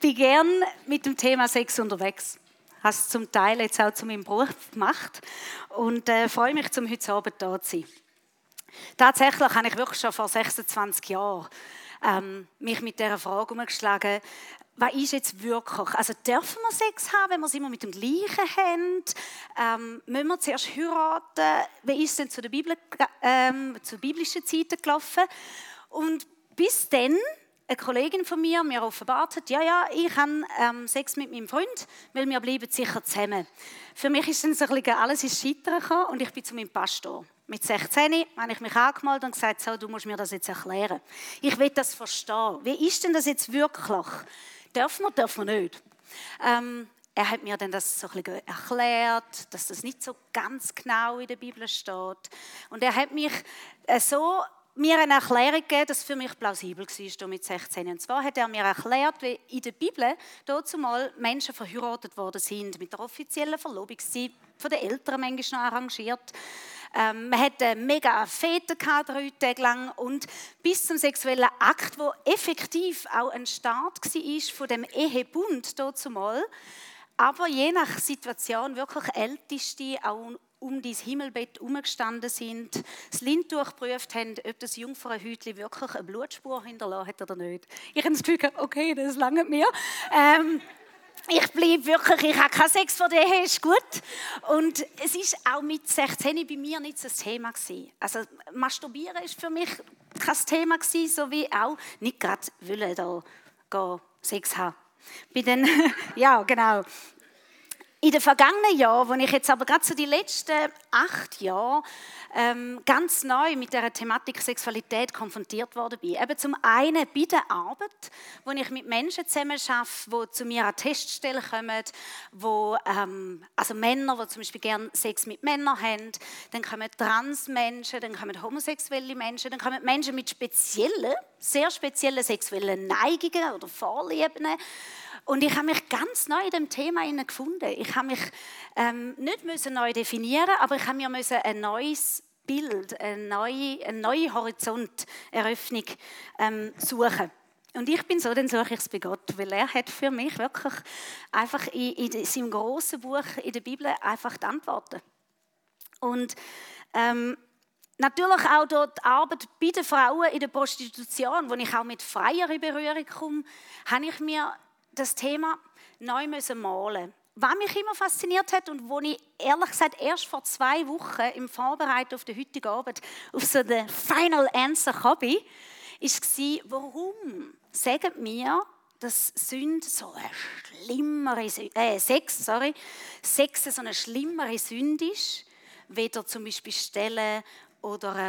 bin gern mit dem Thema Sex unterwegs. Ich habe es zum Teil jetzt auch zu meinem Beruf gemacht und freue mich, heute Abend da zu sein. Tatsächlich habe ich wirklich schon vor 26 Jahren mich mit dieser Frage umgeschlagen, was ist jetzt wirklich? Also dürfen wir Sex haben, wenn wir es immer mit dem Gleichen haben? Müssen wir zuerst heiraten? Wie ist es denn zu biblischen Zeiten gelaufen? Und bis dann eine Kollegin von mir offenbart hat, ja, ich habe Sex mit meinem Freund, weil wir bleiben sicher zusammen. Für mich ist dann so ein bisschen alles ins Scheitern gekommen und ich bin zu meinem Pastor. Mit 16 habe ich mich angemeldet und gesagt, so, du musst mir das jetzt erklären. Ich will das verstehen. Wie ist denn das jetzt wirklich? Dürfen wir nicht? Er hat mir dann das so ein bisschen erklärt, dass das nicht so ganz genau in der Bibel steht. Und er hat mich mir eine Erklärung gegeben, das für mich plausibel war mit 16. Und zwar hat er mir erklärt, wie in der Bibel dazumal Menschen verheiratet worden sind, mit der offiziellen Verlobungszeit, von den Eltern manchmal noch arrangiert. Man hatte mega Fete 3 Tage lang und bis zum sexuellen Akt, wo effektiv auch ein Start war von dem Ehebund dazumal. Aber je nach Situation wirklich Älteste auch um dein Himmelbett herumgestanden sind, das Lindtuch geprüft haben, ob das Jungfrauenhäutchen wirklich eine Blutspur hinterlassen hat oder nicht. Ich habe das Gefühl, okay, das langt mir. Ich bleibe wirklich, ich habe keinen Sex vor der Ehe, ist gut. Und es ist auch mit 16 bei mir nicht so ein Thema gewesen. Also Masturbieren ist für mich kein Thema gewesen, so wie auch nicht gerade wollen da Sex haben. Ja, genau. In den vergangenen Jahren, wo ich jetzt aber gerade so die letzten 8 Jahre ganz neu mit der Thematik Sexualität konfrontiert worden bin. Eben zum einen bei der Arbeit, wo ich mit Menschen zusammenarbeite, die zu mir an Teststellen kommen, also Männer, die zum Beispiel gerne Sex mit Männern haben, dann kommen Transmenschen, dann kommen homosexuelle Menschen, dann kommen Menschen mit sehr speziellen sexuellen Neigungen oder Vorlieben. Und ich habe mich ganz neu in dem Thema gefunden. Ich habe mich nicht neu definieren, aber ich habe mir ein neues Bild, eine neue Horizonteröffnung suchen. Und ich bin so, dann suche ich es bei Gott, weil er hat für mich wirklich einfach in seinem grossen Buch in der Bibel einfach die Antworten. Und natürlich auch dort die Arbeit bei den Frauen in der Prostitution, wo ich auch mit Freier in Berührung komme, habe ich mir das Thema neu malen. Was mich immer fasziniert hat und wo ich ehrlich gesagt erst vor 2 Wochen im Vorbereiten auf den heutigen Abend auf so den Final Answer kam, war, warum sagen wir, dass Sünde so eine schlimmere Sex so eine schlimmere Sünde ist, weder zum Beispiel Stellen oder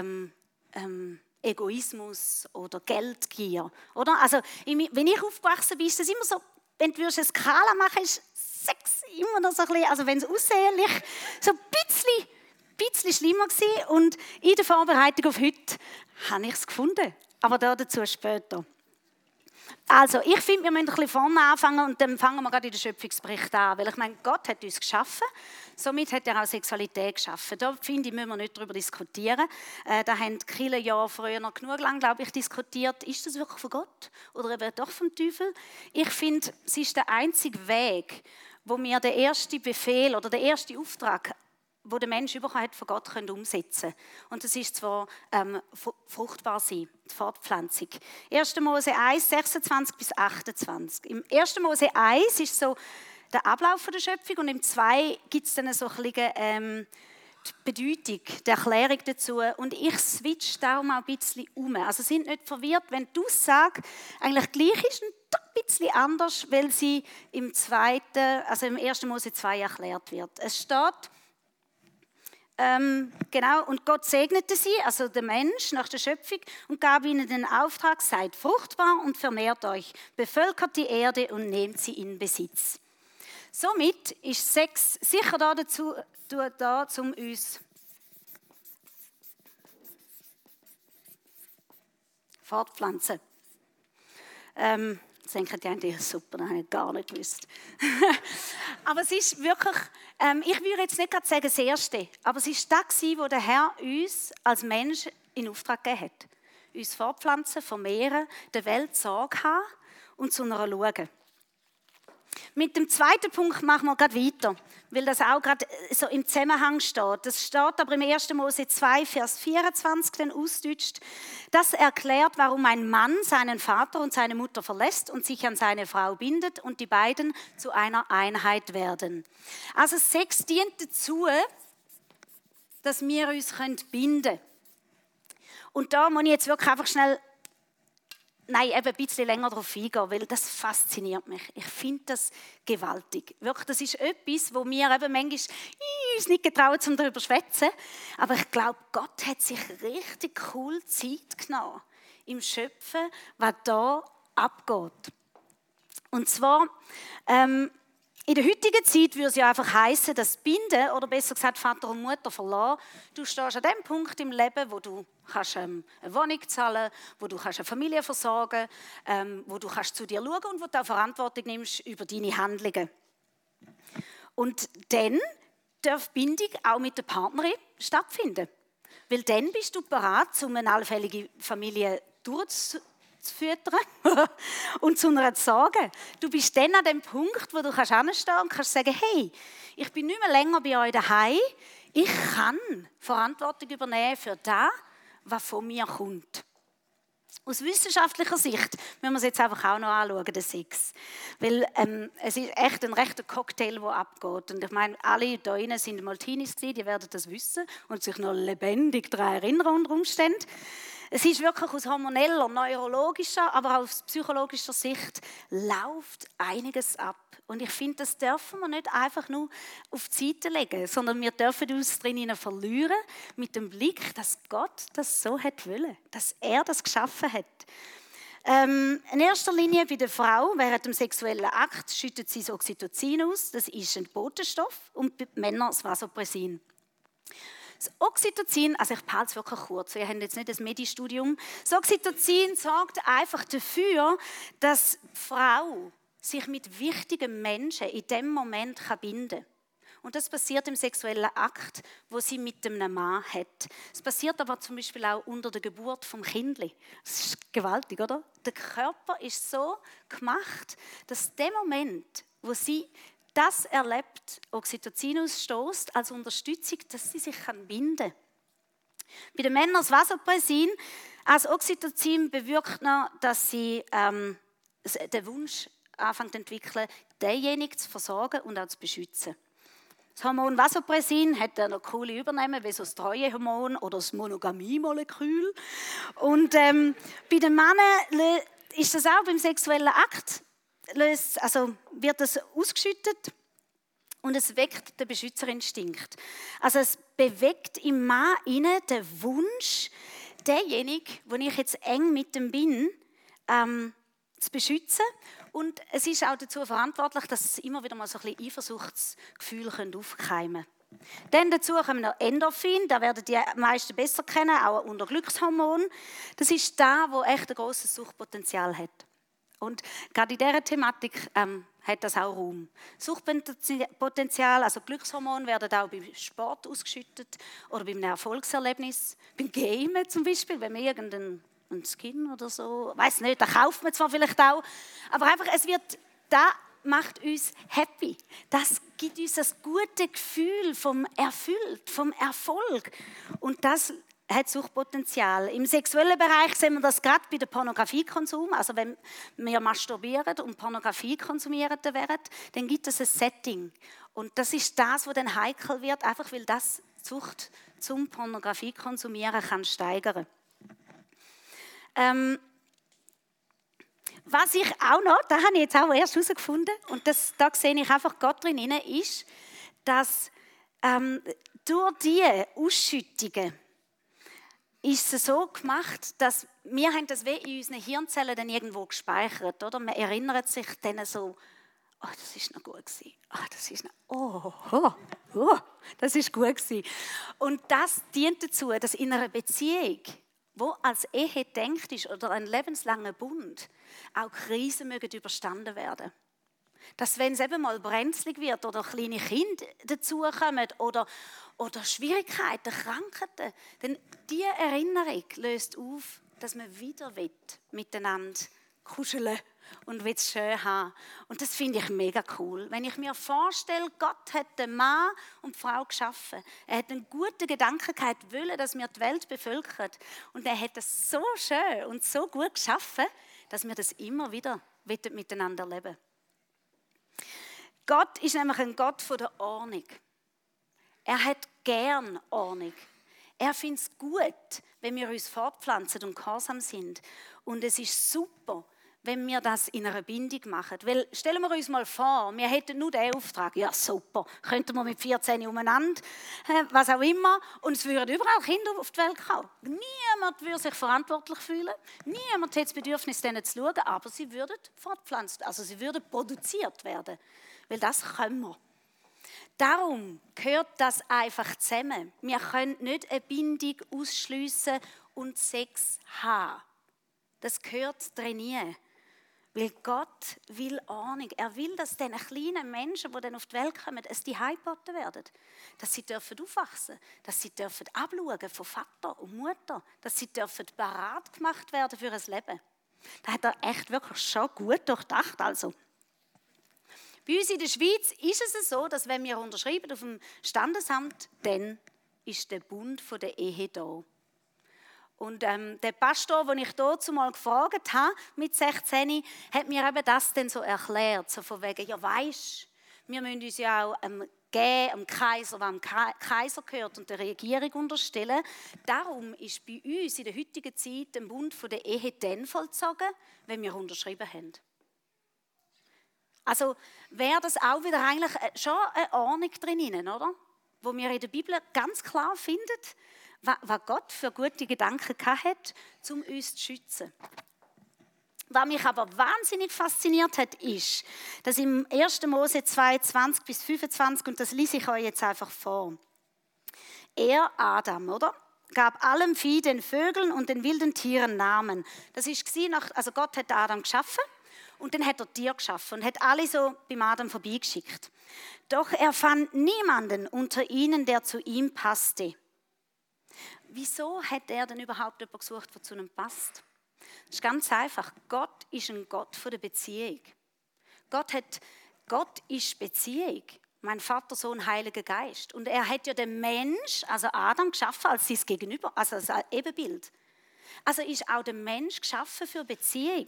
Egoismus oder Geldgier. Oder? Also, wenn ich aufgewachsen bin, ist das immer so, wenn du eine Skala machen würdest, ist Sex immer noch so ein bisschen, also wenn es aussehentlich so ein bisschen schlimmer war. Und in der Vorbereitung auf heute habe ich es gefunden. Aber dazu später. Also, ich finde, wir müssen ein bisschen vorne anfangen und dann fangen wir gerade in den Schöpfungsbericht an. Weil ich meine, Gott hat uns geschaffen, somit hat er auch Sexualität geschaffen. Da finde ich, müssen wir nicht darüber diskutieren. Da haben die Kirchen ja früher noch genug lang, glaube ich, diskutiert, ist das wirklich von Gott oder eben doch vom Teufel? Ich finde, es ist der einzige Weg, wo wir den ersten Befehl oder den ersten Auftrag, wo der Mensch überhaupt von Gott umsetzen können. Und das ist zwar fruchtbar sein, die Fortpflanzung. 1. Mose 1, 26 bis 28. Im 1. Mose 1 ist so der Ablauf der Schöpfung und im 2 gibt es dann so ein bisschen die Bedeutung, die Erklärung dazu. Und ich switch darum auch ein bisschen um. Also sind nicht verwirrt, wenn die Aussage eigentlich gleich ist, ein bisschen anders, weil sie im 1. Mose 2 erklärt wird. Es steht, genau, und Gott segnete sie, also der Mensch nach der Schöpfung, und gab ihnen den Auftrag, seid fruchtbar und vermehrt euch, bevölkert die Erde und nehmt sie in Besitz. Somit ist Sex sicher da, um uns fortpflanzen. Jetzt denken die eigentlich, super, das habe ich gar nicht gewusst. Aber es ist wirklich, ich würde jetzt nicht gerade sagen das Erste, aber es war das, was der Herr uns als Mensch in Auftrag gegeben hat. Uns fortpflanzen, vermehren, der Welt Sorge haben und zu einer schauen. Mit dem zweiten Punkt machen wir gerade weiter, weil das auch gerade so im Zusammenhang steht. Das steht aber im 1. Mose 2, Vers 24, dann ausdeutscht. Das erklärt, warum ein Mann seinen Vater und seine Mutter verlässt und sich an seine Frau bindet und die beiden zu einer Einheit werden. Also Sex dient dazu, dass wir uns binden können. Und da muss ich jetzt wirklich einfach schnell eben ein bisschen länger darauf eingehen, weil das fasziniert mich. Ich finde das gewaltig. Wirklich, das ist etwas, wo wir eben manchmal uns nicht getrauen, um darüber zu schwätzen. Aber ich glaube, Gott hat sich richtig cool Zeit genommen im Schöpfen, was da abgeht. Und zwar, in der heutigen Zeit würde es ja einfach heissen, dass Binden, oder besser gesagt Vater und Mutter verlassen, du stehst an dem Punkt im Leben, wo du kannst, eine Wohnung zahlen, wo du kannst eine Familie versorgen, wo du kannst zu dir schauen und wo du auch Verantwortung nimmst über deine Handlungen. Und dann darf Bindung auch mit der Partnerin stattfinden. Weil dann bist du bereit, um eine allfällige Familie durchzuführen und zu einer zu sorgen. Du bist dann an dem Punkt, wo du hinstehen kannst und kannst sagen, hey, ich bin nicht mehr länger bei euch daheim, ich kann Verantwortung übernehmen für das, was von mir kommt. Aus wissenschaftlicher Sicht müssen wir es jetzt einfach auch noch anschauen, den Sex. Weil es ist echt ein rechter Cocktail, der abgeht. Und ich meine, alle hier drinnen sind mal Teenies gewesen, die werden das wissen und sich noch lebendig daran erinnern unter Umständen. Es ist wirklich aus hormoneller, neurologischer, aber auch aus psychologischer Sicht läuft einiges ab. Und ich finde, das dürfen wir nicht einfach nur auf die Seite legen, sondern wir dürfen uns drinnen verlieren mit dem Blick, dass Gott das so hat wollen, dass er das geschaffen hat. In erster Linie bei der Frau, während dem sexuellen Akt, schüttet sie das Oxytocin aus, das ist ein Botenstoff, und bei Männern das Vasopressin. Das Oxytocin, also ich behalte es wirklich kurz, wir haben jetzt nicht das Medistudium. Das Oxytocin sorgt einfach dafür, dass die Frau sich mit wichtigen Menschen in dem Moment binden kann. Und das passiert im sexuellen Akt, wo sie mit einem Mann hat. Es passiert aber zum Beispiel auch unter der Geburt vom Kindli. Das ist gewaltig, oder? Der Körper ist so gemacht, dass der Moment, wo sie das erlebt, Oxytocin ausstößt, als Unterstützung, dass sie sich binden kann. Bei den Männern das Vasopressin, als Oxytocin bewirkt noch, dass sie den Wunsch anfangen zu entwickeln, denjenigen zu versorgen und auch zu beschützen. Das Hormon Vasopressin hat noch coole Übernahmen, wie so das Treuehormon oder das Monogamie-Molekül. Und bei den Männern ist das auch beim sexuellen Akt, wird das ausgeschüttet und es weckt den Beschützerinstinkt. Also es bewegt im Mann innen den Wunsch, denjenigen, wo ich jetzt eng mit dem bin, zu beschützen. Und es ist auch dazu verantwortlich, dass es immer wieder mal so ein bisschen Eifersuchtsgefühle aufkeimen können. Dann dazu kommen noch Endorphin, da werden die meisten besser kennen, auch unter Glückshormon. Das ist da, wo echt ein grosses Suchtpotenzial hat. Und gerade in dieser Thematik hat das auch Raum. Suchtpotenzial, also Glückshormone, werden auch beim Sport ausgeschüttet oder beim Erfolgserlebnis, beim Gamen zum Beispiel, wenn man irgendeinen Skin oder so, weiß nicht, da kauft man zwar vielleicht auch, aber einfach, da macht uns happy. Das gibt uns das gute Gefühl vom Erfüllt, vom Erfolg. Und das hat Suchtpotenzial. Im sexuellen Bereich sehen wir das gerade bei dem Pornografiekonsum. Also wenn wir masturbieren und Pornografie konsumieren dann gibt es ein Setting. Und das ist das, was dann heikel wird, einfach weil das die Sucht zum Pornografiekonsumieren kann steigern. Was ich auch noch, da habe ich jetzt auch erst herausgefunden, und da sehe ich einfach Gott drin, ist, dass durch diese Ausschüttungen ist es so gemacht, dass wir haben das wie in unseren Hirnzellen dann irgendwo gespeichert, oder? Man erinnert sich dann so, oh, das ist noch gut gewesen. Das ist gut gewesen. Und das dient dazu, dass in einer Beziehung, wo als Ehe gedacht ist oder ein lebenslanger Bund, auch Krisen mögen überstanden werden. Dass wenn es eben mal brenzlig wird oder kleine Kinder dazukommen oder Schwierigkeiten, Krankheiten, dann diese Erinnerung löst auf, dass man wieder miteinander kuscheln und will es schön haben. Und das finde ich mega cool. Wenn ich mir vorstelle, Gott hat den Mann und die Frau geschaffen. Er hat einen guten Gedanken gehabt, wollen, dass wir die Welt bevölkern. Und er hat das so schön und so gut geschaffen, dass wir das immer wieder miteinander leben. Gott ist nämlich ein Gott von der Ordnung. Er hat gern Ordnung. Er findet es gut, wenn wir uns fortpflanzen und gehorsam sind. Und es ist super, wenn wir das in einer Bindung machen. Weil, stellen wir uns mal vor, wir hätten nur den Auftrag, ja super, könnten wir mit 14 umeinander, was auch immer, und es würden überall Kinder auf die Welt kommen. Niemand würde sich verantwortlich fühlen, niemand hätte das Bedürfnis, denen zu schauen, aber sie würden fortpflanzt, also sie würden produziert werden, weil das können wir. Darum gehört das einfach zusammen. Wir können nicht eine Bindung ausschliessen und Sex haben. Das gehört trainieren. Weil Gott will Ordnung. Er will, dass diese kleinen Menschen, die dann auf die Welt kommen, es die heimgeboten werden. Dass sie dürfen aufwachsen, dass sie dürfen abschauen von Vater und Mutter, dass sie dürfen parat gemacht werden für ein Leben. Das hat er echt wirklich schon gut durchdacht. Also. Bei uns in der Schweiz ist es so, dass wenn wir unterschreiben auf dem Standesamt, dann ist der Bund von der Ehe da. Und der Pastor, den ich dazu mal gefragt habe, mit 16, hat mir eben das dann so erklärt, so von wegen, ja weisst, wir müssen uns ja auch dem Kaiser, der dem Kaiser gehört und der Regierung unterstellen. Darum ist bei uns in der heutigen Zeit der Bund von der Ehe dann vollzogen, wenn wir unterschrieben haben. Also wäre das auch wieder eigentlich schon eine Ordnung drin, oder? Wo wir in der Bibel ganz klar finden, was Gott für gute Gedanken hat, um uns zu schützen. Was mich aber wahnsinnig fasziniert hat, ist, dass im 1. Mose 22 bis 25, und das lese ich euch jetzt einfach vor. Er, Adam, oder? Gab allem Vieh, den Vögeln und den wilden Tieren Namen. Das war, also Gott hat Adam geschaffen. Und dann hat er Tiere geschaffen und hat alle so beim Adam vorbeigeschickt. Doch er fand niemanden unter ihnen, der zu ihm passte. Wieso hat er denn überhaupt jemanden gesucht, der zu ihm passt? Das ist ganz einfach. Gott ist ein Gott von der Beziehung. Gott ist Beziehung. Mein Vater, Sohn, Heiliger Geist. Und er hat ja den Mensch, also Adam, geschaffen als sein Gegenüber, also als Ebenbild. Also ist auch der Mensch geschaffen für Beziehung.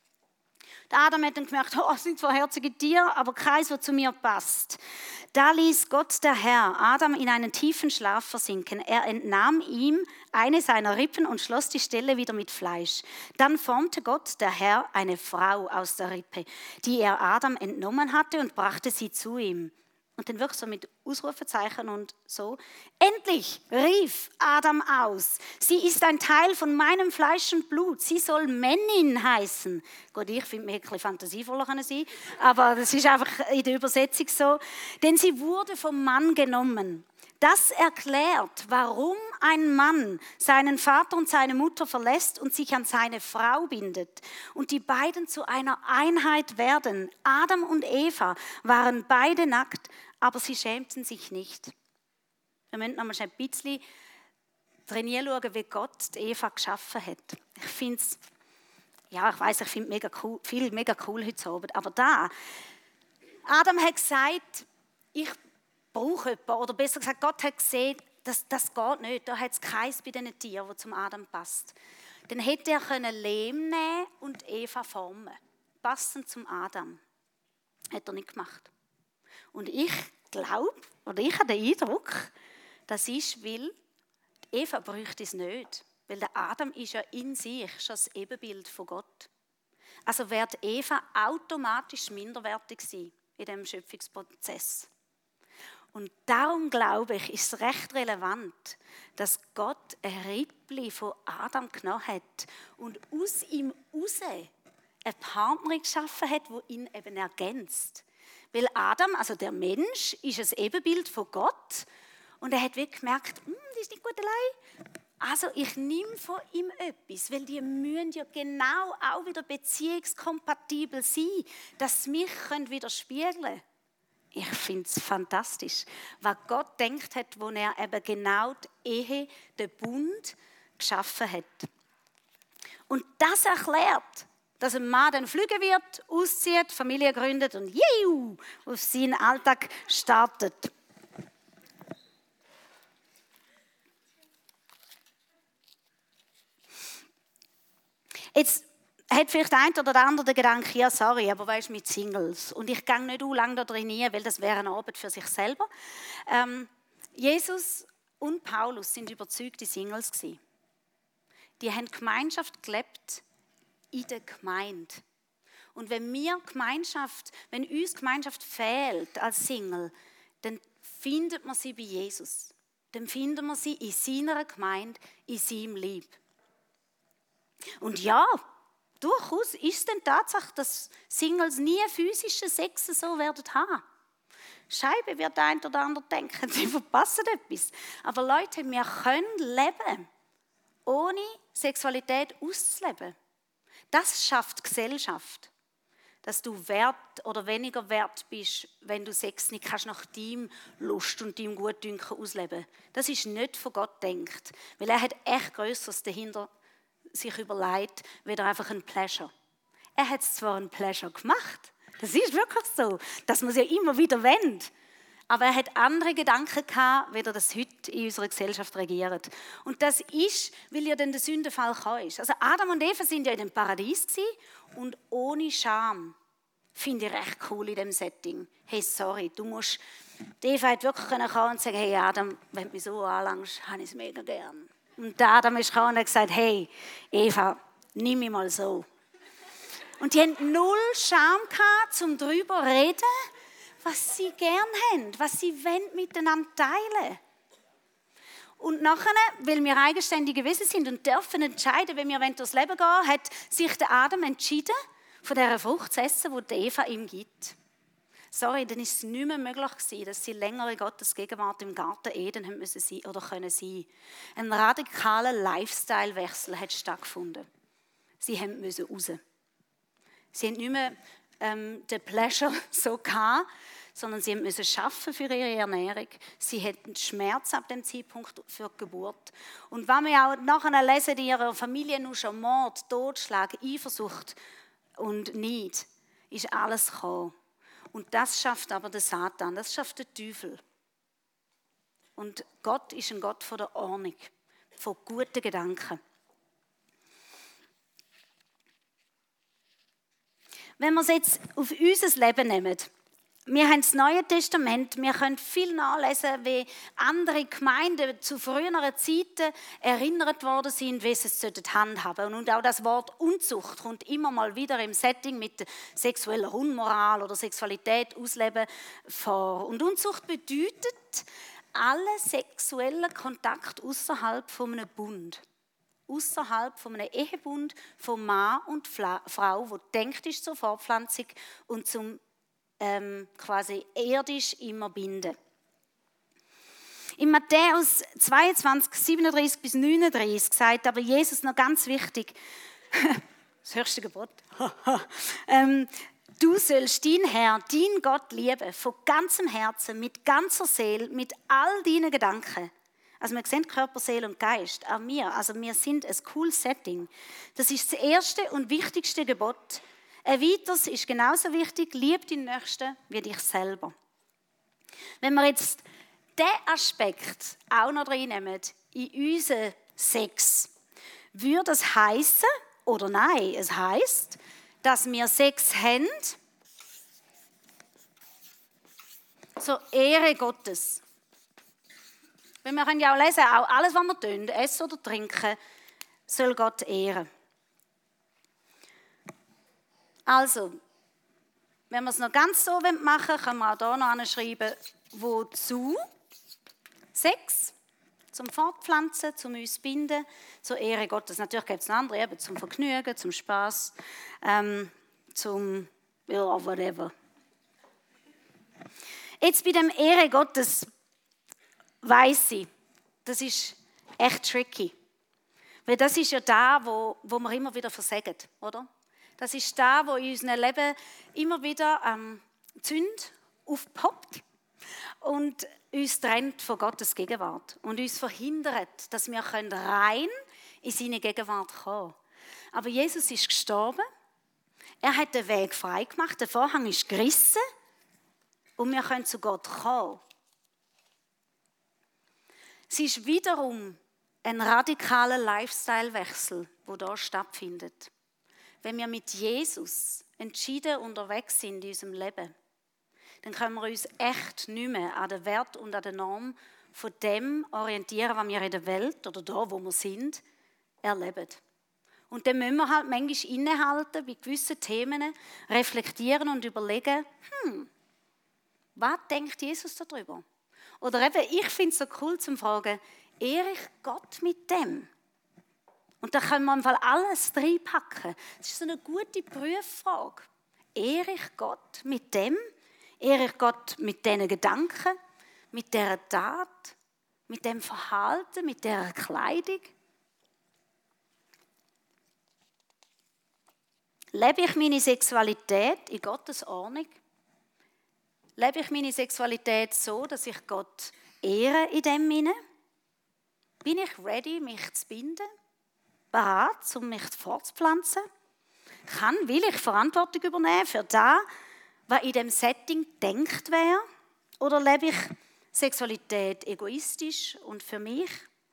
Der Adam hat dann gemerkt, das sind zwar herzige Tiere, aber keins, das zu mir passt. Da ließ Gott der Herr Adam in einen tiefen Schlaf versinken. Er entnahm ihm eine seiner Rippen und schloss die Stelle wieder mit Fleisch. Dann formte Gott der Herr eine Frau aus der Rippe, die er Adam entnommen hatte, und brachte sie zu ihm. Und dann wirklich so mit Ausrufezeichen und so. Endlich rief Adam aus. Sie ist ein Teil von meinem Fleisch und Blut. Sie soll Männin heißen. Gut, ich finde, mir ein bisschen fantasievoller kann sein, aber das ist einfach in der Übersetzung so. Denn sie wurde vom Mann genommen. Das erklärt, warum ein Mann seinen Vater und seine Mutter verlässt und sich an seine Frau bindet und die beiden zu einer Einheit werden. Adam und Eva waren beide nackt, aber sie schämten sich nicht. Wir müssen noch mal ein bisschen trainieren schauen, wie Gott die Eva geschaffen hat. Ich finde es, ja, ich weiss, ich finde mega cool, viel mega cool heute Abend, aber da, Adam hat gesagt, ich brauche jemanden, oder besser gesagt, Gott hat gesehen, das geht nicht, da hat es keins bei diesen Tieren, das zum Adam passt. Dann hätte er Lehm nehmen und Eva formen, passend zum Adam. Hat er nicht gemacht. Und ich glaube, oder ich habe den Eindruck, das ist, weil Eva bräuchte es nicht. Weil der Adam ist ja in sich schon das Ebenbild von Gott. Also wird Eva automatisch minderwertig sein in diesem Schöpfungsprozess. Und darum glaube ich, ist es recht relevant, dass Gott ein Rippli von Adam genommen hat und aus ihm heraus eine Partnerin geschaffen hat, die ihn eben ergänzt. Weil Adam, also der Mensch, ist ein Ebenbild von Gott und er hat wirklich gemerkt, das ist nicht gut allein. Also ich nehme von ihm etwas, weil die müssen ja genau auch wieder beziehungskompatibel sein, dass sie mich widerspiegeln können. Ich finde es fantastisch, was Gott denkt hat, wo er eben genau die Ehe, den Bund geschaffen hat. Und das erklärt, dass ein Mann dann fliegen wird, auszieht, Familie gründet und juhu, auf seinen Alltag startet. Jetzt hat vielleicht der eine oder der andere den Gedanken, ja sorry, aber weißt du, mit Singles. Und ich gehe nicht lange da drin rein, weil das wäre eine Arbeit für sich selber. Jesus und Paulus sind überzeugte Singles gewesen. Die haben Gemeinschaft gelebt in der Gemeinde. Und wenn uns Gemeinschaft fehlt als Single, dann findet man sie bei Jesus. Dann findet man sie in seiner Gemeinde, in seinem Lieb. Und ja, durchaus ist es denn Tatsache, dass Singles nie physischen Sex so werden haben. Scheibe wird der ein oder andere denken, sie verpassen etwas. Aber Leute, wir können leben, ohne Sexualität auszuleben. Das schafft Gesellschaft. Dass du wert oder weniger wert bist, wenn du Sex nicht kannst nach deinem Lust und deinem Gutdünken ausleben. Das ist nicht von Gott gedacht, weil er hat echt Größeres dahinter sich überlegt, weder einfach ein Pleasure. Er hat zwar ein Pleasure gemacht, das ist wirklich so, dass man es ja immer wieder wendet, aber er hat andere Gedanken gehabt, wie das heute in unserer Gesellschaft regiert. Und das ist, weil ja dann der Sündenfall kam. Also Adam und Eva sind ja in dem Paradies gewesen und ohne Scham. Finde ich recht cool in dem Setting. Hey, sorry, die Eva hat wirklich kommen und sagen, hey Adam, wenn du mich so anlangst, habe ich es mega gern. Und der Adam ist gekommen und hat gesagt, hey Eva, nimm mich mal so. Und die haben null Scham gehabt, um darüber zu reden, was sie gern haben, was sie miteinander teilen. Und nachher, weil wir eigenständige Wesen sind und dürfen entscheiden, wenn wir durchs Leben gehen, hat sich der Adam entschieden, von dieser Frucht zu essen, die Eva ihm gibt. Sorry, dann war es nicht mehr möglich gewesen, dass sie länger in Gottes Gegenwart im Garten Eden haben müssen sein oder können sein. Ein radikaler Lifestyle-Wechsel hat stattgefunden. Sie mussten raus. Sie haben nicht mehr den Pleasure so gehabt, sondern sie mussten arbeiten für ihre Ernährung. Sie hatten Schmerz ab dem Zeitpunkt für die Geburt. Und wenn wir auch nachher lesen, in ihrer Familie nur schon Mord, Totschlag, Eifersucht und Neid, ist alles gekommen. Und das schafft aber der Satan, das schafft der Teufel. Und Gott ist ein Gott von der Ordnung, von guten Gedanken. Wenn wir es jetzt auf unser Leben nehmen, wir haben das Neue Testament, wir können viel nachlesen, wie andere Gemeinden zu früheren Zeiten erinnert worden sind, wie sie es handhaben sollten. Und auch das Wort Unzucht kommt immer mal wieder im Setting mit sexueller Unmoral oder Sexualität ausleben vor. Und Unzucht bedeutet alle sexuellen Kontakte außerhalb von einem Bund. Außerhalb von einem Ehebund von Mann und Frau, wo denkt ist zur Fortpflanzung und zum quasi irdisch immer binden. In Matthäus 22, 37 bis 39 sagt aber Jesus noch ganz wichtig, das höchste Gebot, du sollst deinen Herrn, deinen Gott lieben, von ganzem Herzen, mit ganzer Seele, mit all deinen Gedanken. Also wir sehen Körper, Seele und Geist, auch wir. Also wir sind ein cooles Setting. Das ist das erste und wichtigste Gebot. Ein weiteres ist genauso wichtig, lieb deinen Nächsten wie dich selber. Wenn wir jetzt diesen Aspekt auch noch reinnehmen in unseren Sex, würde es heißen, oder nein, es heisst, dass wir Sex haben zur Ehre Gottes. Weil wir können ja auch lesen, auch alles, was wir tun, essen oder trinken, soll Gott ehren. Also, wenn wir es noch ganz so machen wollen, können wir auch hier noch anschreiben, wozu Sex, zum Fortpflanzen, zum uns binden, zur Ehre Gottes. Natürlich gibt es noch andere, eben zum Vergnügen, zum Spass, zum whatever. Jetzt bei dem Ehre Gottes weiss ich, das ist echt tricky. Weil das ist ja da, wo wir immer wieder versagen, oder? Das ist da, wo in unserem Leben immer wieder Sünde aufpoppt und uns trennt von Gottes Gegenwart und uns verhindert, dass wir rein in seine Gegenwart kommen können. Aber Jesus ist gestorben Er hat den Weg frei gemacht, der Vorhang ist gerissen und wir können zu Gott kommen. Es ist wiederum ein radikaler Lifestyle-Wechsel, der hier stattfindet. Wenn wir mit Jesus entschieden unterwegs sind in unserem Leben, dann können wir uns echt nicht mehr an den Wert und an der Norm von dem orientieren, was wir in der Welt oder da, wo wir sind, erleben. Und dann müssen wir halt manchmal innehalten bei gewissen Themen, reflektieren und überlegen, was denkt Jesus darüber? Oder eben, ich finde es so cool zu fragen, ehre ich Gott mit dem? Und da können wir im Fall alles reinpacken. Das ist so eine gute Prüffrage. Ehre ich Gott mit dem? Ehre ich Gott mit diesen Gedanken, mit dieser Tat, mit dem Verhalten, mit dieser Kleidung? Lebe ich meine Sexualität in Gottes Ordnung? Lebe ich meine Sexualität so, dass ich Gott ehre in dem Sinne? Bin ich ready, mich zu binden? Bereit, um mich fortzupflanzen? Will ich Verantwortung übernehmen für das, was in dem Setting gedacht wäre? Oder lebe ich Sexualität egoistisch und für mich?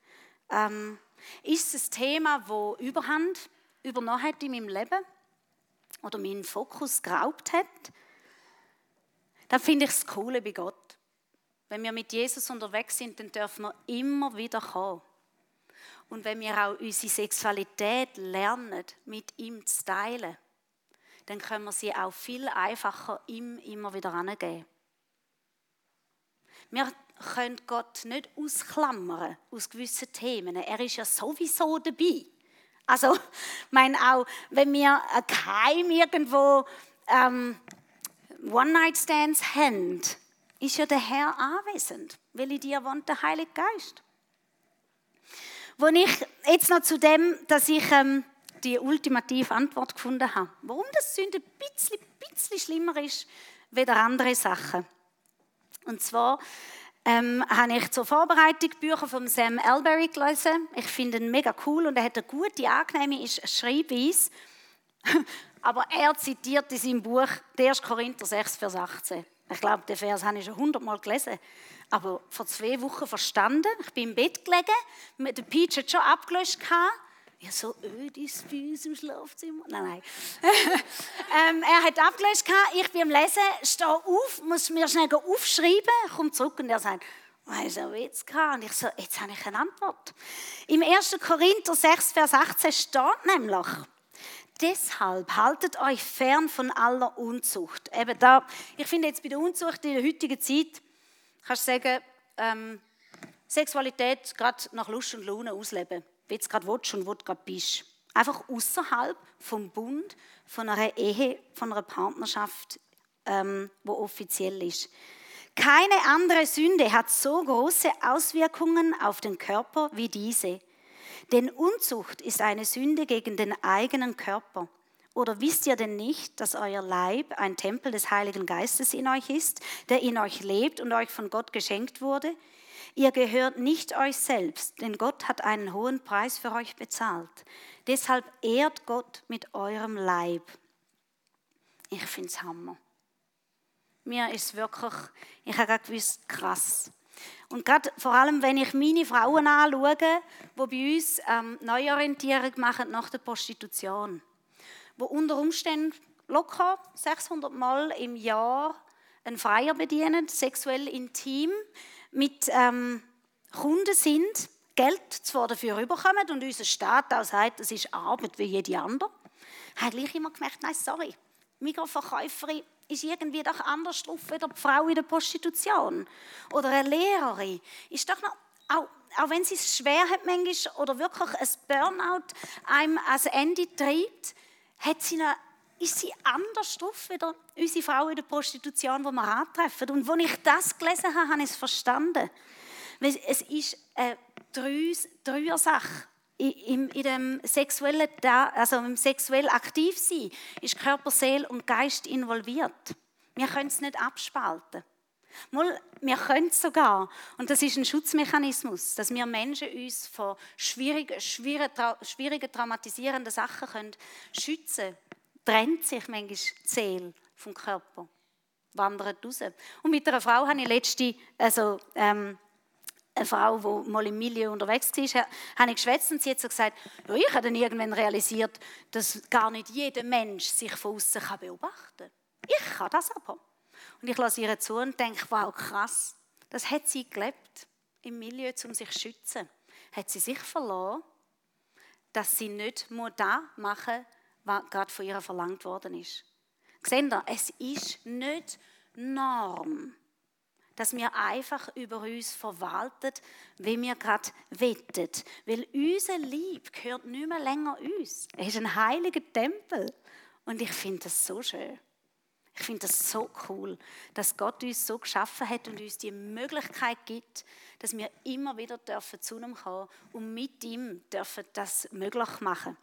Ist es ein Thema, das Überhand übernommen hat in meinem Leben? Oder meinen Fokus geraubt hat? Dann finde ich es cool bei Gott. Wenn wir mit Jesus unterwegs sind, dann dürfen wir immer wieder kommen. Und wenn wir auch unsere Sexualität lernen, mit ihm zu teilen, dann können wir sie auch viel einfacher ihm immer wieder angeben. Wir können Gott nicht ausklammern aus gewissen Themen. Er ist ja sowieso dabei. Also, ich meine auch, wenn wir geheim irgendwo One-Night-Stands haben, ist ja der Herr anwesend, weil in dir wohnt der Heilige Geist. Wo ich jetzt noch zu dem, dass ich die ultimative Antwort gefunden habe, warum das Sünde ein bisschen schlimmer ist, als andere Sachen. Und zwar habe ich zur Vorbereitung Bücher von Sam Allberry gelesen. Ich finde ihn mega cool und er hat eine gute, angenehme Schreibweise. Aber er zitiert in seinem Buch 1. Korinther 6, Vers 18. Ich glaube, den Vers habe ich schon 100-mal gelesen. Aber vor 2 Wochen verstanden. Ich bin im Bett gelegen, der Peach hat schon abgelöscht. Ja, so ödis bei uns im Schlafzimmer. Nein. Er hat abgelöscht, ich bin am Lesen, stehe auf, muss mir schnell aufschreiben, komme zurück und er sagt, weißt du, jetzt kann. Und ich so, jetzt habe ich eine Antwort. Im 1. Korinther 6, Vers 18 steht nämlich, deshalb haltet euch fern von aller Unzucht. Eben da, ich finde jetzt bei der Unzucht in der heutigen Zeit, kannst du sagen, Sexualität gerade nach Lust und Laune ausleben. Wie du es gerade willst und wo du gerade bist. Einfach außerhalb vom Bund, von einer Ehe, von einer Partnerschaft, die offiziell ist. Keine andere Sünde hat so große Auswirkungen auf den Körper wie diese. Denn Unzucht ist eine Sünde gegen den eigenen Körper. Oder wisst ihr denn nicht, dass euer Leib ein Tempel des Heiligen Geistes in euch ist, der in euch lebt und euch von Gott geschenkt wurde? Ihr gehört nicht euch selbst, denn Gott hat einen hohen Preis für euch bezahlt. Deshalb ehrt Gott mit eurem Leib. Ich finde es Hammer. Mir ist es wirklich, ich habe gerade gewusst, krass. Und gerade vor allem, wenn ich meine Frauen anschaue, die bei uns Neuorientierung machen nach der Prostitution, die unter Umständen locker 600 Mal im Jahr einen Freier bedienen, sexuell intim, mit Kunden sind, Geld zwar dafür rüberkommen und unser Staat auch sagt, das ist Arbeit wie jede andere, habe ich immer gemerkt, nein, sorry, Mikroverkäuferin ist irgendwie doch anders drauf wie die Frau in der Prostitution. Oder eine Lehrerin ist doch noch, auch wenn sie es schwer hat manchmal oder wirklich ein Burnout einem ans Ende treibt, ist sie anders drauf wie unsere Frau in der Prostitution, die wir antreffen. Und als ich das gelesen habe, habe ich es verstanden. Weil es ist eine Dreiersache. In dem sexuellen, also im sexuell aktiv sein, ist Körper, Seele und Geist involviert. Wir können es nicht abspalten. Wir können es sogar. Und das ist ein Schutzmechanismus, dass wir Menschen uns vor schwierigen, traumatisierenden Sachen schützen können. trennt sich manchmal die Seele vom Körper, wandert raus. Und mit einer Frau habe ich eine Frau, die mal im Milieu unterwegs war, habe ich geschwätzt und sie hat so gesagt, ja, ich habe dann irgendwann realisiert, dass gar nicht jeder Mensch sich von außen beobachten kann. Ich kann das aber. Und ich lasse ihr zu und denke, wow, krass, das hat sie gelebt im Milieu, um sich zu schützen. Hat sie sich verloren, dass sie nicht das machen muss, was gerade von ihr verlangt worden ist. Seht ihr, es ist nicht Norm, dass wir einfach über uns verwalten, wie wir gerade wollen. Weil unser Lieb gehört nicht mehr länger uns. Es ist ein heiliger Tempel. Und ich finde das so schön. Ich finde das so cool, dass Gott uns so geschaffen hat und uns die Möglichkeit gibt, dass wir immer wieder zu ihm kommen und mit ihm dürfen das möglich machen.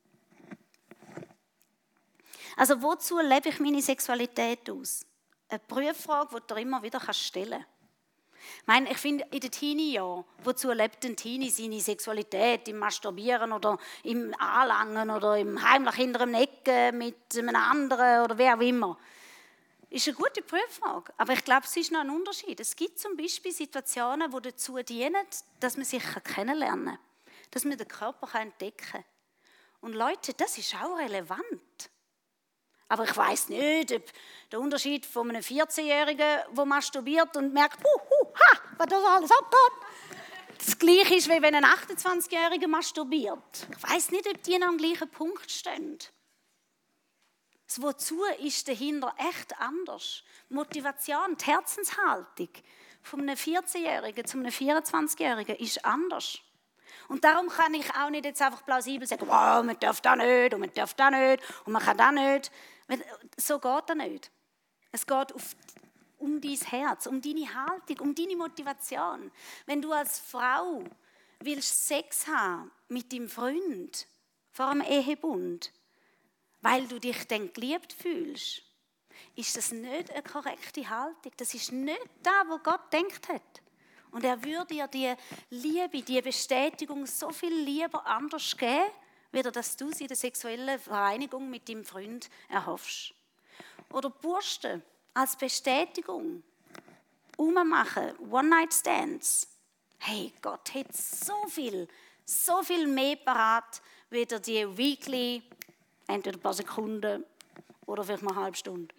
Also wozu lebe ich meine Sexualität aus? Eine Prüffrage, die du dir immer wieder stellen kannst. Ich finde, in den Teenie-Jahren, wozu lebt ein Teenie seine Sexualität? Im Masturbieren oder im Anlangen oder im heimlich hinter einem Ecke mit einem anderen oder wer auch immer. Ist eine gute Prüffrage, aber ich glaube, es ist noch ein Unterschied. Es gibt zum Beispiel Situationen, die dazu dienen, dass man sich kennenlernen kann, dass man den Körper entdecken kann. Und Leute, das ist auch relevant. Aber ich weiss nicht, ob der Unterschied von einem 14-Jährigen, der masturbiert und merkt, was da alles abgeht, das Gleiche ist, wie wenn ein 28-Jähriger masturbiert. Ich weiss nicht, ob die noch am gleichen Punkt stehen. Das Wozu ist dahinter echt anders. Die Motivation, die Herzenshaltung von einem 14-Jährigen zu einem 24-Jährigen ist anders. Und darum kann ich auch nicht jetzt einfach plausibel sagen, wow, man darf das nicht und man darf das nicht und man kann das nicht. So geht das nicht. Es geht um dein Herz, um deine Haltung, um deine Motivation. Wenn du als Frau willst Sex haben mit deinem Freund vor einem Ehebund, weil du dich dann geliebt fühlst, ist das nicht eine korrekte Haltung. Das ist nicht das, was Gott gedacht hat. Und er würde dir die Liebe, die Bestätigung so viel lieber anders geben, weder dass du sie in der sexuellen Vereinigung mit deinem Freund erhoffst. Oder Bursten als Bestätigung. Ummachen, One-Night-Stands. Hey, Gott hat so viel mehr parat, weder die Weekly, entweder ein paar Sekunden oder vielleicht mal eine halbe Stunde.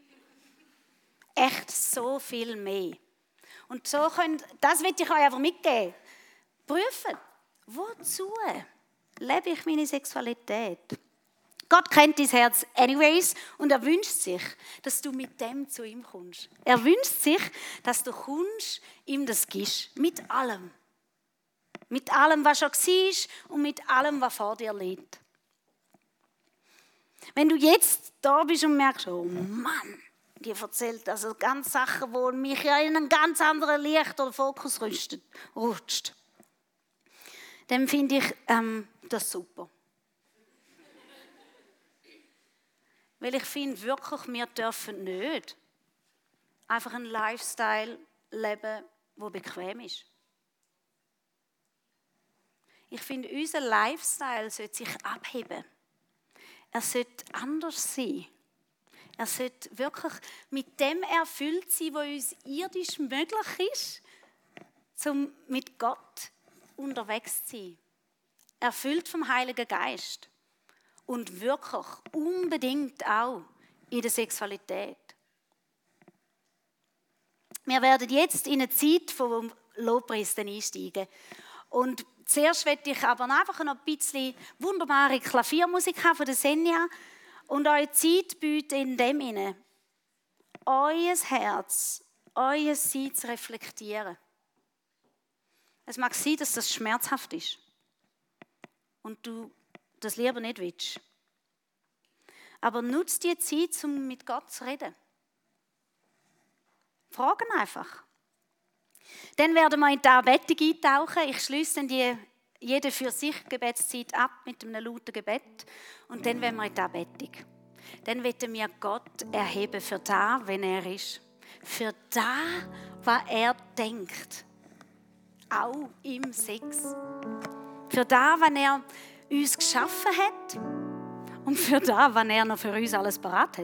Echt so viel mehr. Und so das will ich euch einfach mitgeben. Prüfen, wozu lebe ich meine Sexualität? Gott kennt dein Herz anyways und er wünscht sich, dass du mit dem zu ihm kommst. Er wünscht sich, dass du kommst, ihm das gibst. Mit allem. Mit allem, was schon war und mit allem, was vor dir liegt. Wenn du jetzt da bist und merkst, oh Mann, die erzählt also ganz Sachen, die mich ja in einen ganz anderen Licht oder Fokus rutscht, dann finde ich das super. Weil ich finde wirklich, wir dürfen nicht einfach einen Lifestyle leben, der bequem ist. Ich finde, unser Lifestyle sollte sich abheben. Er sollte anders sein. Er sollte wirklich mit dem erfüllt sein, was uns irdisch möglich ist, um mit Gott unterwegs zu sein. Erfüllt vom Heiligen Geist. Und wirklich unbedingt auch in der Sexualität. Wir werden jetzt in eine Zeit von Lobpreis einsteigen. Und zuerst möchte ich aber einfach noch ein bisschen wunderbare Klaviermusik haben von der Senja und euch Zeit bieten in dem hinein, euer Herz, euer Sein zu reflektieren. Es mag sein, dass das schmerzhaft ist und du das lieber nicht willst. Aber nutzt die Zeit, um mit Gott zu reden. Fragen einfach. Dann werden wir in die Anbetung eintauchen. Ich schließe dann jede für sich Gebetszeit ab mit einem lauten Gebet. Und dann werden wir in die Anbetung. Dann werden wir Gott erheben für das, wenn er ist. Für das, was er denkt. Auch im Sex. Für das, was er uns geschaffen hat und für das, was er noch für uns alles parat hat.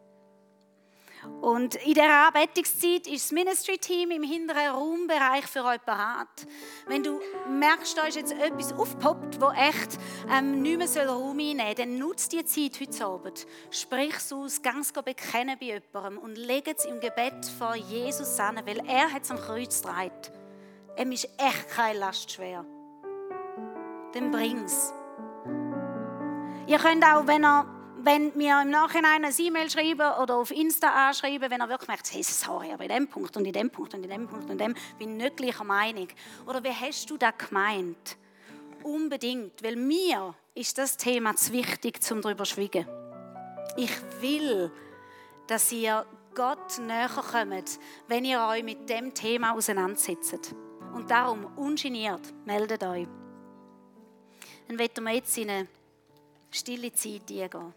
Und in dieser Anbetungszeit ist das Ministry-Team im hinteren Raumbereich für euch parat. Wenn du merkst, da ist jetzt etwas aufgepoppt, das echt nicht mehr Raum einnehmen soll, dann nutze die Zeit heute Abend. Sprich es aus, geh es bekennen bei jemandem und leg es im Gebet vor Jesus an, weil er hat es am Kreuz getragen. Ihm ist echt keine Last schwer. Dann bring es. Ihr könnt auch, wenn wir im Nachhinein eine E-Mail schreiben oder auf Insta anschreiben, wenn ihr wirklich merkt, hey, sorry, aber in dem Punkt und in dem Punkt und in dem Punkt und in dem bin ich nicht gleicher Meinung. Oder wie hast du das gemeint? Unbedingt, weil mir ist das Thema zu wichtig, um darüber zu schweigen. Ich will, dass ihr Gott näher kommt, wenn ihr euch mit dem Thema auseinandersetzt. Und darum, ungeniert, meldet euch. Dann wollen wir jetzt in eine stille Zeit eingehen.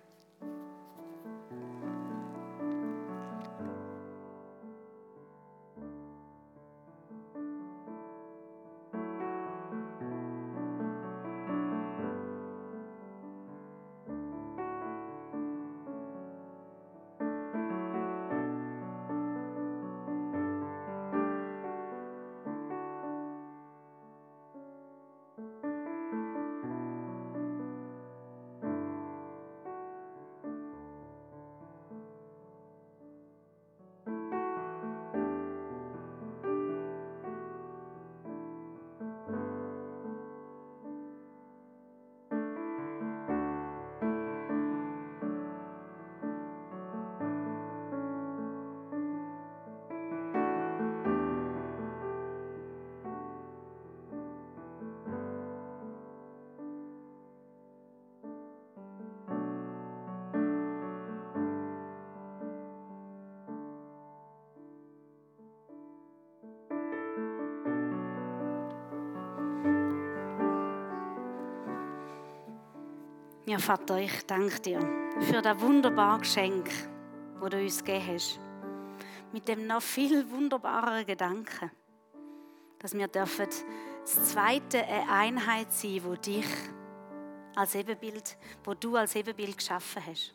Ja, Vater, ich danke dir für das wunderbare Geschenk, das du uns gegeben hast. Mit dem noch viel wunderbareren Gedanken, dass wir dürfen das Zweite eine Einheit sein, wo dich als Ebenbild, wo du als Ebenbild geschaffen hast.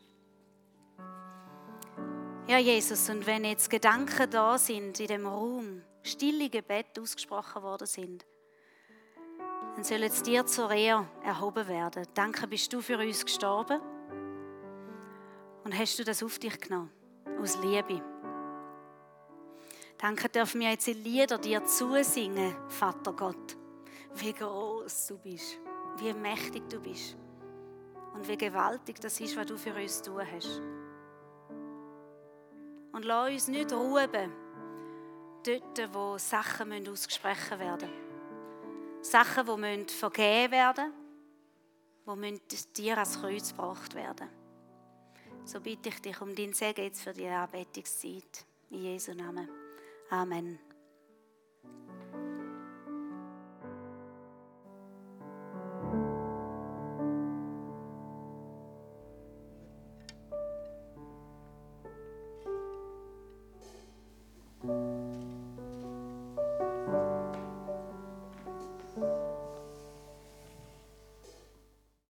Ja, Jesus, und wenn jetzt Gedanken da sind in dem Raum, stille Gebete ausgesprochen worden sind, dann soll es dir zur Ehre erhoben werden. Danke, bist du für uns gestorben und hast du das auf dich genommen, aus Liebe. Danke, dürfen wir jetzt in Lieder dir zusingen, Vater Gott, wie groß du bist, wie mächtig du bist und wie gewaltig das ist, was du für uns tun hast. Und lass uns nicht ruhen, dort, wo Sachen ausgesprochen werden müssen. Sachen, die vergeben werden müssen, die dir ans Kreuz gebracht werden. So bitte ich dich um dein Segen jetzt für die Anbetungszeit. In Jesu Namen. Amen.